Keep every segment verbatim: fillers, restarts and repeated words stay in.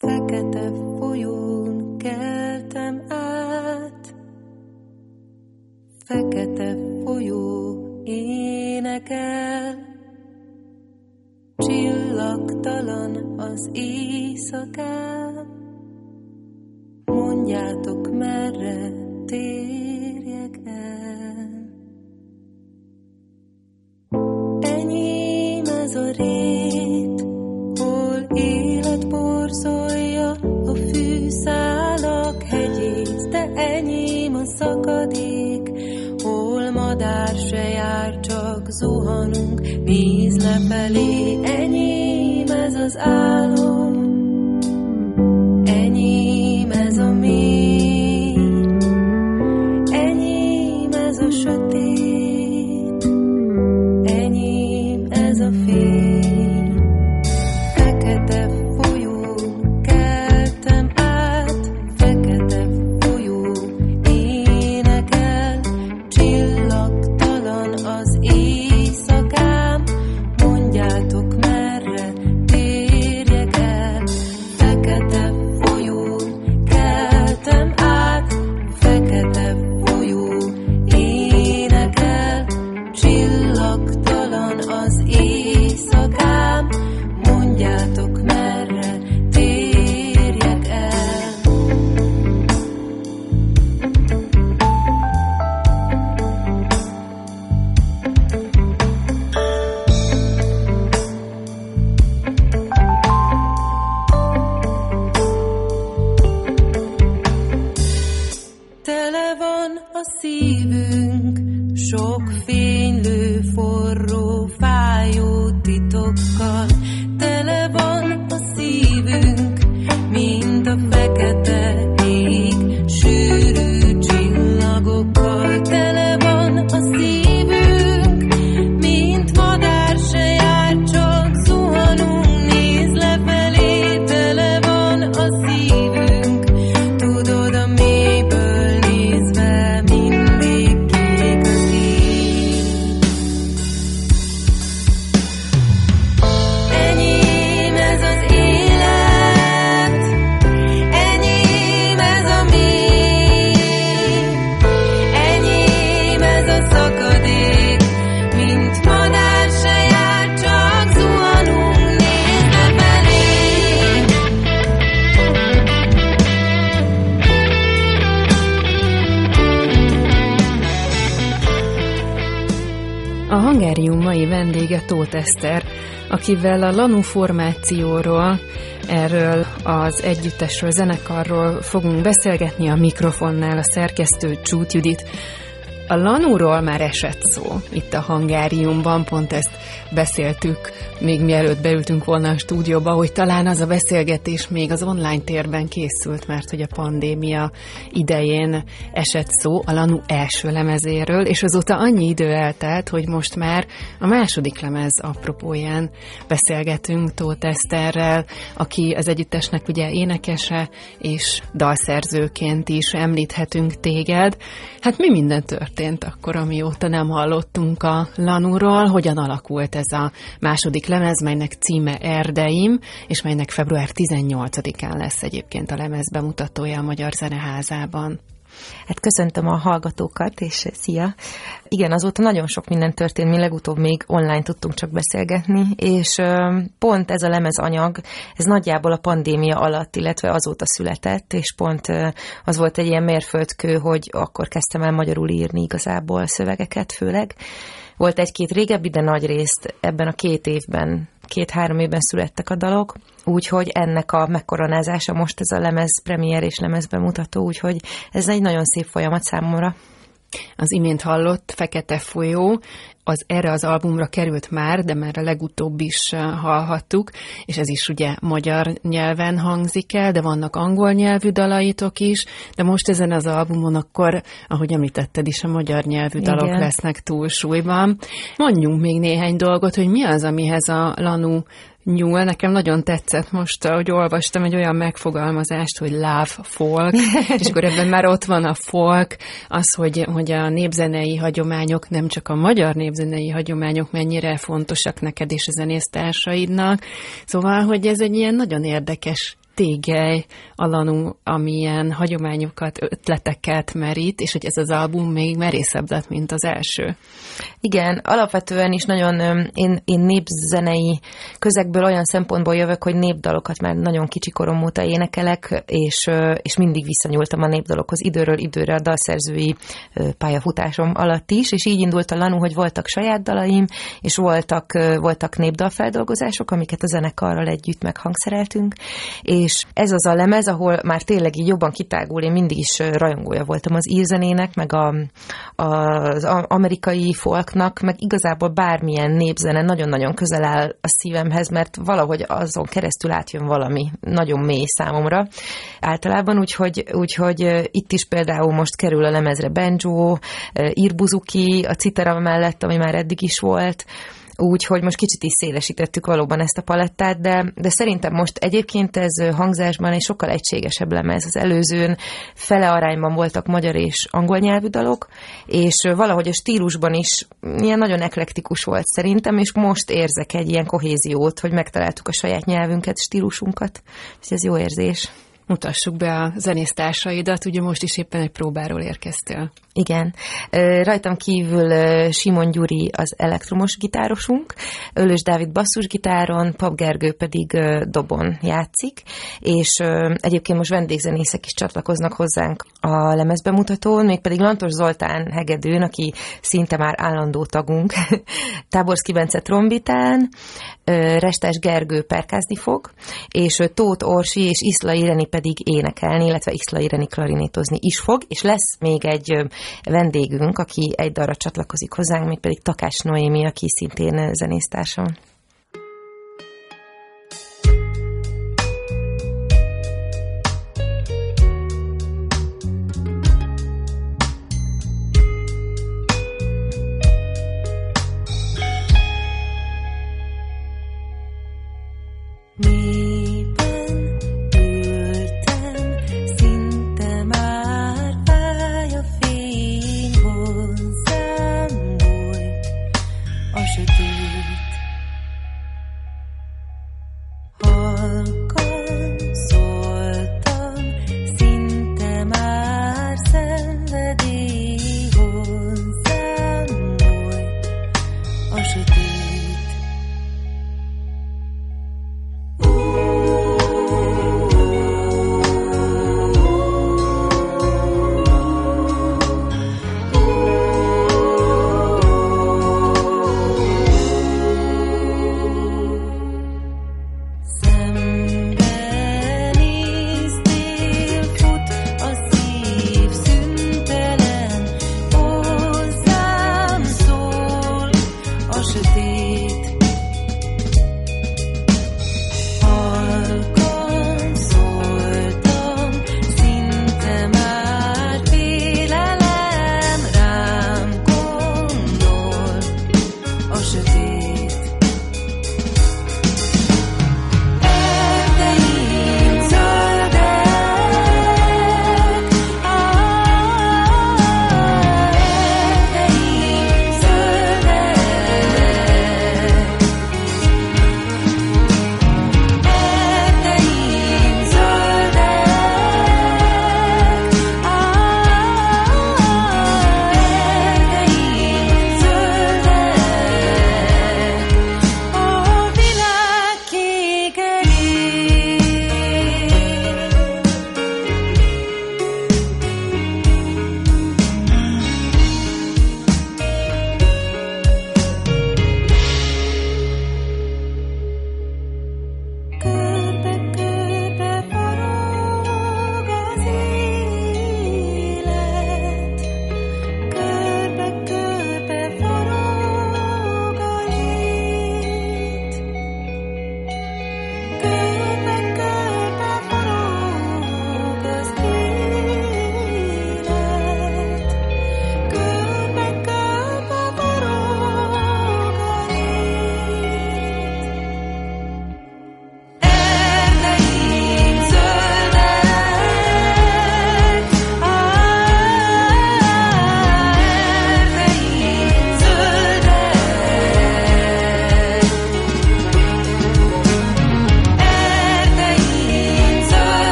Fekete folyón keltem át, fekete folyó énekel, csillagtalan az éjszakám, mondjátok merre térjek el. Enyém ez a rét, hol élet borzolja a fűszálak hegyét, de enyém a szakadék, hol madár se jár, csak zuhanunk, néz lefelé. Enyém ez az álom, enyém ez a mély, enyém ez a sötét, enyém ez a fény. Fekete folyón keltem át, fekete folyó énekel, csillagtalan az éjszakám, mondjátok merre térjek el. Fekete folyón keltem át, fekete folyó énekel, csillagtalan az éjszakám, mondjátok merre térjek el. Tele van a szívünk sok fénylő, forró, fájó titokkal. Tele van a szívünk, mint a fekete ég, sűrű csillagokkal. Tele van a szívünk, mint madár se jár, csak zuhanunk, néz lefelé. Tele van a szívünk, tudod, a mélyből nézve mindig kék az ég. Enyém ez az élet, enyém ez a mély, enyém ez a szakadék, mint madár se jár, csak zuhanunk, néz lefelé. A Hangarium mai vendége Tóth Eszter, akivel a Lanu formációról, erről az együttesről, zenekarról fogunk beszélgetni, a mikrofonnál a szerkesztő Csút Judit. A Lanuról már esett szó itt a Hangariumban, pont ezt beszéltük, még mielőtt beültünk volna a stúdióba, hogy talán az a beszélgetés még az online térben készült, mert hogy a pandémia idején esett szó a Lanu első lemezéről, és azóta annyi idő eltelt, hogy most már a második lemez apropóján beszélgetünk Tóth Eszterrel, aki az együttesnek ugye énekese, és dalszerzőként is említhetünk téged. Hát mi minden történt akkor, amióta nem hallottunk a Lanuról? Hogyan alakult ez a második lemez, melynek címe Erdeim, és melynek február tizennyolcadikán lesz egyébként a lemez bemutatója a Magyar Zeneházában? Hát köszöntöm a hallgatókat, és szia! Igen, azóta nagyon sok minden történt, mi legutóbb még online tudtunk csak beszélgetni, és pont ez a lemezanyag, ez nagyjából a pandémia alatt, illetve azóta született, és pont az volt egy ilyen mérföldkő, hogy akkor kezdtem el magyarul írni igazából szövegeket főleg. Volt egy-két régebbi, de nagy részt ebben a két évben, két-három évben születtek a dalok, úgyhogy ennek a megkoronázása most ez a lemez premier és lemez bemutató, úgyhogy ez egy nagyon szép folyamat számomra. Az imént hallott Fekete folyó, az erre az albumra került már, de már a legutóbb is hallhattuk, és ez is ugye magyar nyelven hangzik el, de vannak angol nyelvű dalaitok is, de most ezen az albumon akkor, ahogy említetted is, a magyar nyelvű dalok Igen. lesznek túlsúlyban. Mondjunk még néhány dolgot, hogy mi az, amihez a Lanu nyúl. Nekem nagyon tetszett most, ahogy olvastam egy olyan megfogalmazást, hogy love folk, és akkor ebben már ott van a folk, az, hogy, hogy a népzenei hagyományok, nem csak a magyar népzenei hagyományok mennyire fontosak neked és a zenésztársaidnak. Szóval, hogy ez egy ilyen nagyon érdekes tégely, a Lanu, amilyen hagyományokat, ötleteket merít, és hogy ez az album még merészebb lett, mint az első. Igen, alapvetően is nagyon, én, én népzenei közegből olyan szempontból jövök, hogy népdalokat már nagyon kicsi korom óta énekelek, és, és mindig visszanyúltam a népdalokhoz időről időre a dalszerzői pályafutásom alatt is, és így indult a Lanu, hogy voltak saját dalaim, és voltak, voltak népdalfeldolgozások, amiket a zenekarral együtt meghangszereltünk, és ez az a lemez, ahol már tényleg így jobban kitágul, én mindig is rajongója voltam az írzenének, meg a, az amerikai folknak, meg igazából bármilyen népzene nagyon-nagyon közel áll a szívemhez, mert valahogy azon keresztül átjön valami nagyon mély számomra általában, úgyhogy, úgyhogy itt is például most kerül a lemezre banjo, irbuzuki, a citera mellett, ami már eddig is volt, úgyhogy most kicsit is szélesítettük valóban ezt a palettát, de, de szerintem most egyébként ez hangzásban egy sokkal egységesebb lemez. Az előzőn fele arányban voltak magyar és angol nyelvű dalok, és valahogy a stílusban is ilyen nagyon eklektikus volt szerintem, és most érzek egy ilyen kohéziót, hogy megtaláltuk a saját nyelvünket, stílusunkat, és ez jó érzés. Mutassuk be a zenésztársaidat, ugye most is éppen egy próbáról érkeztél. Igen. Rajtam kívül Simon Gyuri az elektromos gitárosunk, Öllős Dávid basszusgitáron, Pap Gergő pedig dobon játszik, és egyébként most vendégzenészek is csatlakoznak hozzánk a lemezbemutatón, mégpedig Lantos Zoltán hegedűn, aki szinte már állandó tagunk, Táborszki Bence trombitán, Restás Gergő perkázni fog, és Tóth Orsi és Iszla Ireni pedig énekelni, illetve Iszla Ireni klarinétozni is fog, és lesz még egy vendégünk, aki egy dalra csatlakozik hozzánk, még pedig Takás Noémi, aki szintén zenésztársam.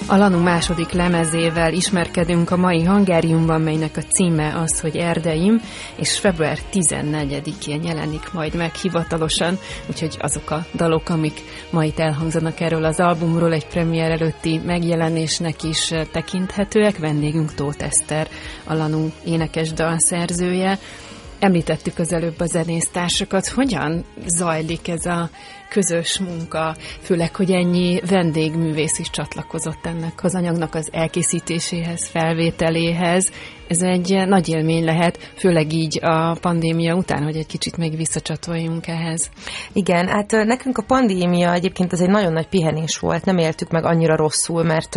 A Lanu második lemezével ismerkedünk a mai Hangariumban, melynek a címe az, hogy Erdeim, és február tizennegyedikén jelenik majd meg hivatalosan, úgyhogy azok a dalok, amik ma itt elhangzanak erről az albumról, egy premier előtti megjelenésnek is tekinthetőek. Vendégünk Tóth Eszter, a Lanu énekes dalszerzője. Említettük az előbb a zenésztársakat. Hogyan zajlik ez a közös munka, főleg, hogy ennyi vendégművész is csatlakozott ennek az anyagnak az elkészítéséhez, felvételéhez. Ez egy nagy élmény lehet, főleg így a pandémia után, hogy egy kicsit még visszacsatoljunk ehhez. Igen, hát nekünk a pandémia egyébként ez egy nagyon nagy pihenés volt, nem éltük meg annyira rosszul, mert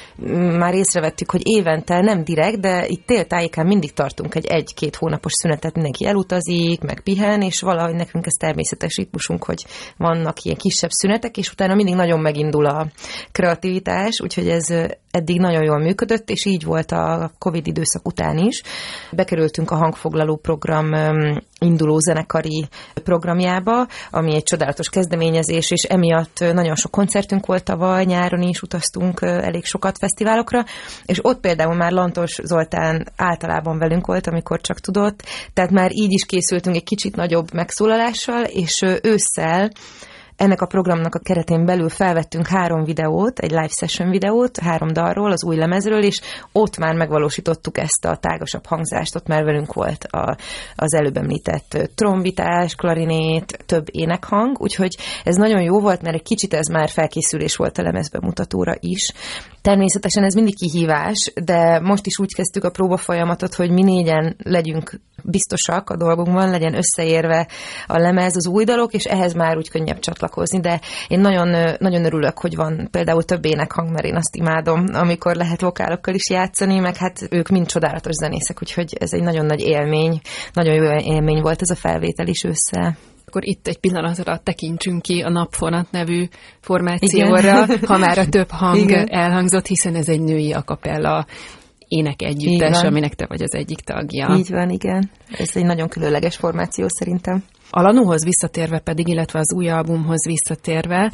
már észrevettük, hogy évente nem direkt, de itt téltájékán mindig tartunk egy egy-két hónapos szünetet, mindenki elutazik, meg pihen, és valahogy nekünk ez természetes ritmusunk, hogy vannak ilyen kisebb szünetek, és utána mindig nagyon megindul a kreativitás, úgyhogy ez eddig nagyon jól működött, és így volt a Covid időszak után is. Bekerültünk a hangfoglaló program induló zenekari programjába, ami egy csodálatos kezdeményezés, és emiatt nagyon sok koncertünk volt tavaly, nyáron is utaztunk elég sokat fesztiválokra, és ott például már Lantos Zoltán általában velünk volt, amikor csak tudott, tehát már így is készültünk egy kicsit nagyobb megszólalással, és ősszel ennek a programnak a keretén belül felvettünk három videót, egy live session videót, három dalról, az új lemezről, és ott már megvalósítottuk ezt a tágasabb hangzást, ott már velünk volt a, az előbb említett trombitás, klarinét, több énekhang, úgyhogy ez nagyon jó volt, mert egy kicsit ez már felkészülés volt a lemezbemutatóra is. Természetesen ez mindig kihívás, de most is úgy kezdtük a próbafolyamatot, hogy mi négyen legyünk biztosak a dolgunkban, legyen összeérve a lemez, az új dalok, és ehhez már úgy könnyebb csatlakozni, de én nagyon, nagyon örülök, hogy van például több énekhang, mert én azt imádom, amikor lehet vokálokkal is játszani, meg hát ők mind csodálatos zenészek, úgyhogy ez egy nagyon nagy élmény, nagyon jó élmény volt ez a felvétel is össze. Akkor itt egy pillanatra tekintsünk ki a Napfonat nevű formációra, igen. Ha már a több hang igen. elhangzott, hiszen ez egy női a cappella ének együttes, aminek te vagy az egyik tagja. Így van, igen. Ez egy nagyon különleges formáció szerintem. A Lanuhoz visszatérve pedig, illetve az új albumhoz visszatérve,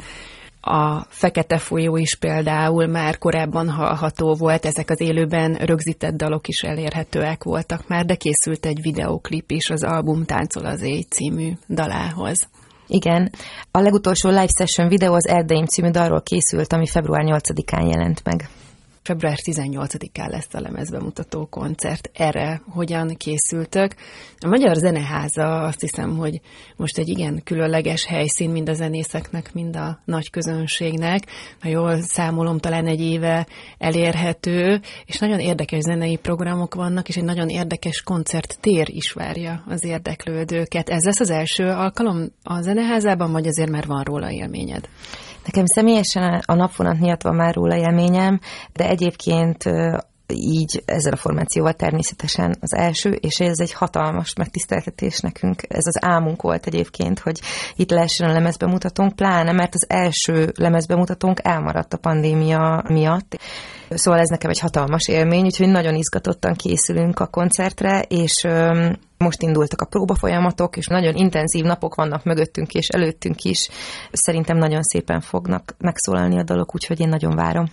a Fekete folyó is például már korábban hallható volt, ezek az élőben rögzített dalok is elérhetőek voltak már, de készült egy videóklip is az album Táncol az éj című dalához. Igen. A legutolsó live session videó az Erdeim című dalról készült, ami február nyolcadikán jelent meg. február tizennyolcadikán lesz a lemezbemutató koncert. Erre hogyan készültök? A Magyar Zeneháza azt hiszem, hogy most egy igen különleges helyszín mind a zenészeknek, mind a nagy közönségnek. Ha jól számolom, talán egy éve elérhető, és nagyon érdekes zenei programok vannak, és egy nagyon érdekes koncerttér is várja az érdeklődőket. Ez lesz az első alkalom a Zeneházában, vagy azért már van róla élményed? Nekem személyesen a Napfonat miatt van már róla élményem, de egyébként így ezzel a formációval természetesen az első, és ez egy hatalmas megtiszteltetés nekünk. Ez az álmunk volt egyébként, hogy itt lehessen a lemezbemutatónk, pláne mert az első lemezbemutatónk elmaradt a pandémia miatt. Szóval ez nekem egy hatalmas élmény, úgyhogy nagyon izgatottan készülünk a koncertre, és most indultak a próbafolyamatok, és nagyon intenzív napok vannak mögöttünk és előttünk is. Szerintem nagyon szépen fognak megszólalni a dalok, úgyhogy én nagyon várom.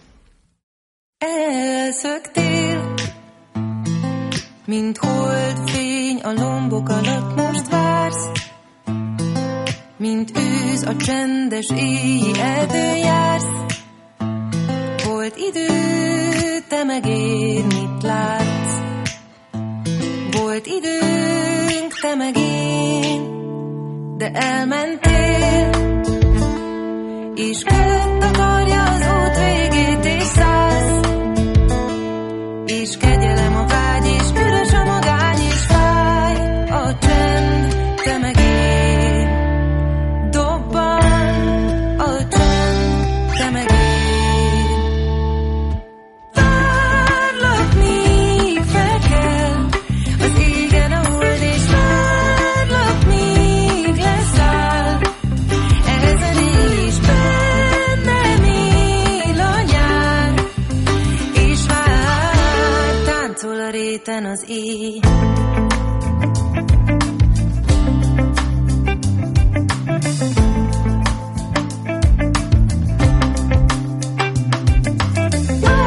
Elszöktél, mint holdfény a lombok alatt most vársz, mint ősz a csendes éji erdőn jársz. Volt idő, te meg én mit látsz? Volt időnk, te meg én, de elmentél, és körött akarja az út végét, és szállsz. És kegyelem a vágy, és üres a magány, és fáj a csend, te meg én. Dobban a csend, te meg én. Várlak, míg felkel az égen a hold, és várlak, míg leszáll ezen éj, és bennem él a nyár, és vár, táncol a réten az éj. Ah!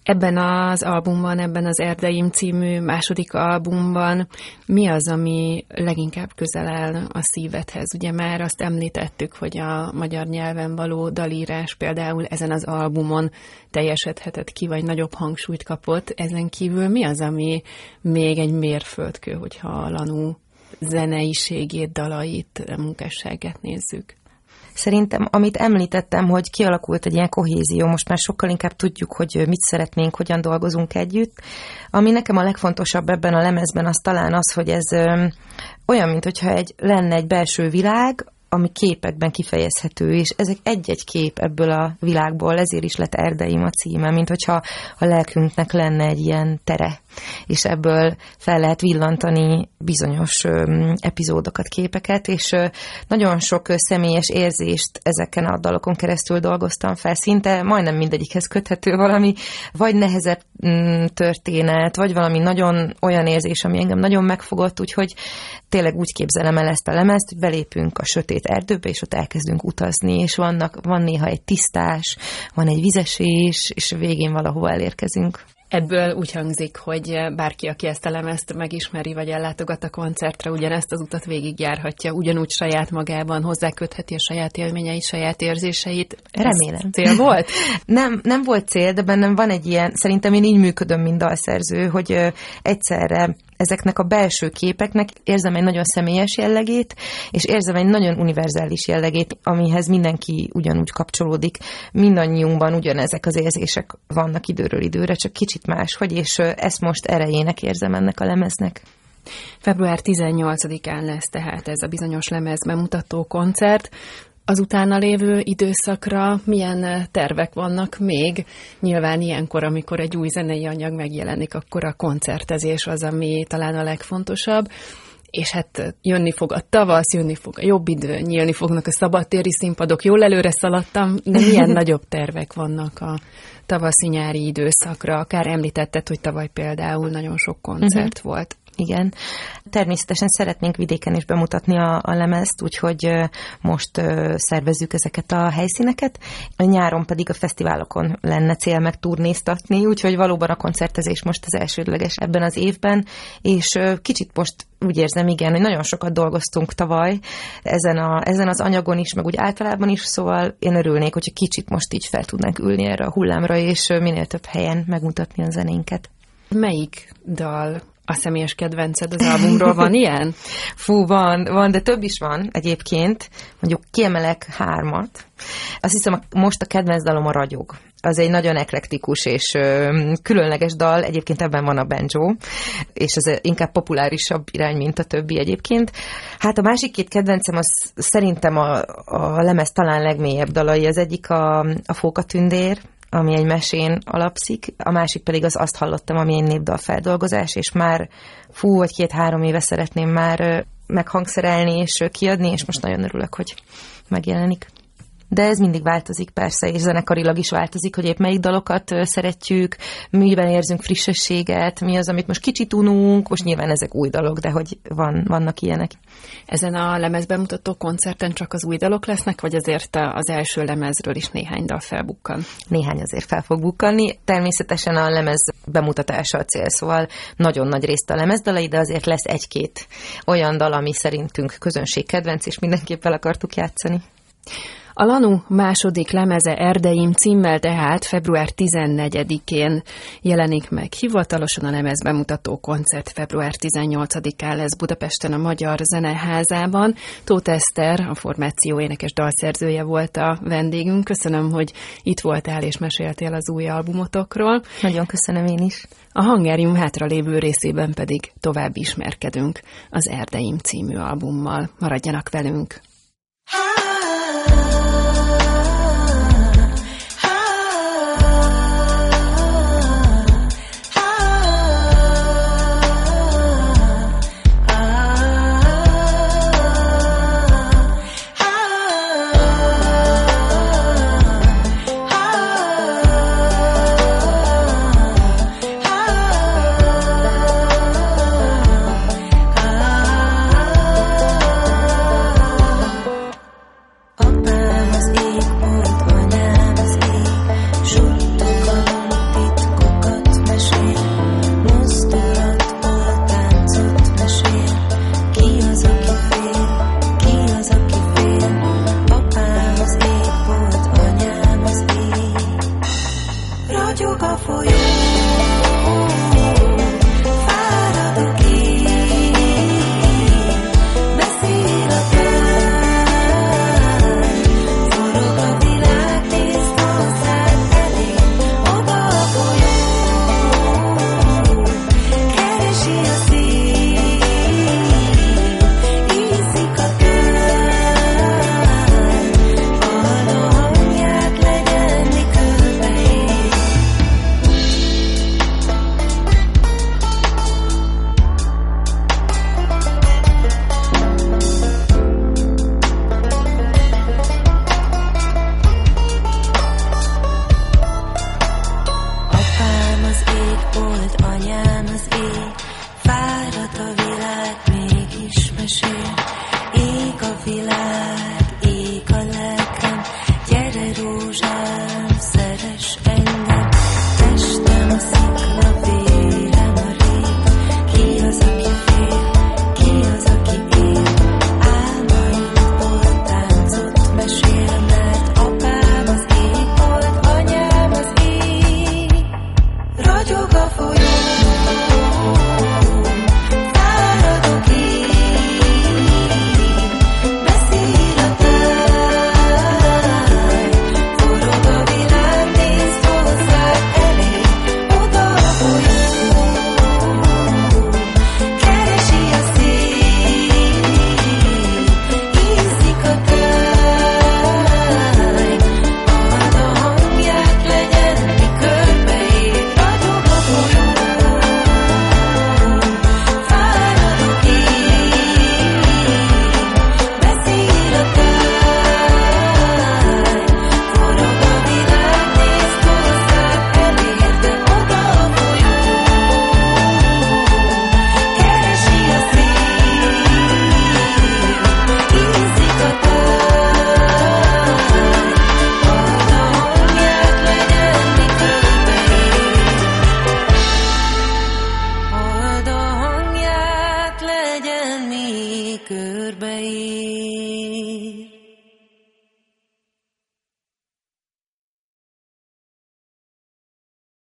Ebben az albumban, ebben az Erdeim című második albumban mi az, ami leginkább közel áll a szívedhez? Ugye már azt említettük, hogy a magyar nyelven való dalírás például ezen az albumon teljesedhetett ki, vagy nagyobb hangsúlyt kapott. Ezen kívül mi az, ami még egy mérföldkő, hogyha a Lanu zeneiségét, dalait, munkásságát nézzük? Szerintem, amit említettem, hogy kialakult egy ilyen kohézió, most már sokkal inkább tudjuk, hogy mit szeretnénk, hogyan dolgozunk együtt. Ami nekem a legfontosabb ebben a lemezben, az talán az, hogy ez ö, olyan, mintha egy, lenne egy belső világ, ami képekben kifejezhető, és ezek egy-egy kép ebből a világból, ezért is lett Erdeim a címe, mint hogyha a lelkünknek lenne egy ilyen tere, és ebből fel lehet villantani bizonyos ö, epizódokat, képeket, és ö, nagyon sok ö, személyes érzést ezeken a dalokon keresztül dolgoztam fel, szinte majdnem mindegyikhez köthető valami, vagy nehezebb mm, történet, vagy valami nagyon olyan érzés, ami engem nagyon megfogott, úgyhogy tényleg úgy képzelem el ezt a lemezt, hogy belépünk a sötét erdőbe, és ott elkezdünk utazni, és vannak, van néha egy tisztás, van egy vizesés, és a végén valahova elérkezünk. Ebből úgy hangzik, hogy bárki, aki ezt a lemezt megismeri, vagy ellátogat a koncertre, ugyanezt az utat végigjárhatja, ugyanúgy saját magában hozzákötheti a saját élményeit, saját érzéseit. Remélem. Ez cél volt? nem, nem volt cél, de bennem van egy ilyen, szerintem én így működöm, mint dalszerző, hogy ö, egyszerre ezeknek a belső képeknek érzem egy nagyon személyes jellegét, és érzem egy nagyon univerzális jellegét, amihez mindenki ugyanúgy kapcsolódik. Mindannyiunkban ugyanezek az érzések vannak időről időre, csak kicsit máshogy, és ezt most erejének érzem ennek a lemeznek. február tizennyolcadikán lesz tehát ez a bizonyos lemez bemutató koncert. Az utána lévő időszakra milyen tervek vannak még? Nyilván ilyenkor, amikor egy új zenei anyag megjelenik, akkor a koncertezés az, ami talán a legfontosabb. És hát jönni fog a tavasz, jönni fog a jobb idő, nyílni fognak a szabadtéri színpadok. Jól előre szaladtam, de milyen nagyobb tervek vannak a tavaszi-nyári időszakra? Akár említetted, hogy tavaly például nagyon sok koncert uh-huh. volt. Igen. Természetesen szeretnénk vidéken is bemutatni a, a lemezt, úgyhogy most szervezzük ezeket a helyszíneket. A nyáron pedig a fesztiválokon lenne cél meg turnéztatni, úgyhogy valóban a koncertezés most az elsődleges ebben az évben, és kicsit most úgy érzem, igen, hogy nagyon sokat dolgoztunk tavaly ezen, a, ezen az anyagon is, meg úgy általában is, szóval én örülnék, hogyha kicsit most így fel tudnánk ülni erre a hullámra, és minél több helyen megmutatni a zenénket. Melyik dal a személyes kedvenced az albumról? Van ilyen? Fú, van, van, de több is van egyébként. Mondjuk kiemelek hármat. Azt hiszem, most a kedvenc dalom a Ragyog. Az egy nagyon eklektikus és ö, különleges dal, egyébként ebben van a banjo, és ez inkább populárisabb irány, mint a többi egyébként. Hát a másik két kedvencem, az szerintem a, a lemez talán legmélyebb dalai. Az egyik a, a Fókatündér, ami egy mesén alapszik, a másik pedig az Azt hallottam, ami egy népdal feldolgozás, és már fú, vagy két-három éve szeretném már meghangszerelni és kiadni, és most nagyon örülök, hogy megjelenik. De ez mindig változik persze, és zenekarilag is változik, hogy épp melyik dalokat szeretjük, miben érzünk frissességet, mi az, amit most kicsit ununk, most nyilván ezek új dalok, de hogy van, vannak ilyenek. Ezen a lemezbemutató koncerten csak az új dalok lesznek, vagy azért az első lemezről is néhány dal felbukkan? Néhány azért fel fog bukkanni. Természetesen a lemez bemutatása a cél, szóval nagyon nagy részt a lemezdalai, de azért lesz egy-két olyan dal, ami szerintünk közönség kedvenc, és mindenképp el akartuk játszani. A Lanu második lemeze Erdeim címmel tehát február tizennegyedikén jelenik meg hivatalosan, a lemezbemutató koncert február tizennyolcadikán lesz Budapesten a Magyar Zeneházában. Tóth Eszter, a formáció énekes dalszerzője volt a vendégünk. Köszönöm, hogy itt voltál és meséltél az új albumotokról. Nagyon köszönöm én is. A Hangerium hátralévő részében pedig tovább ismerkedünk az Erdeim című albummal. Maradjanak velünk! körbeír.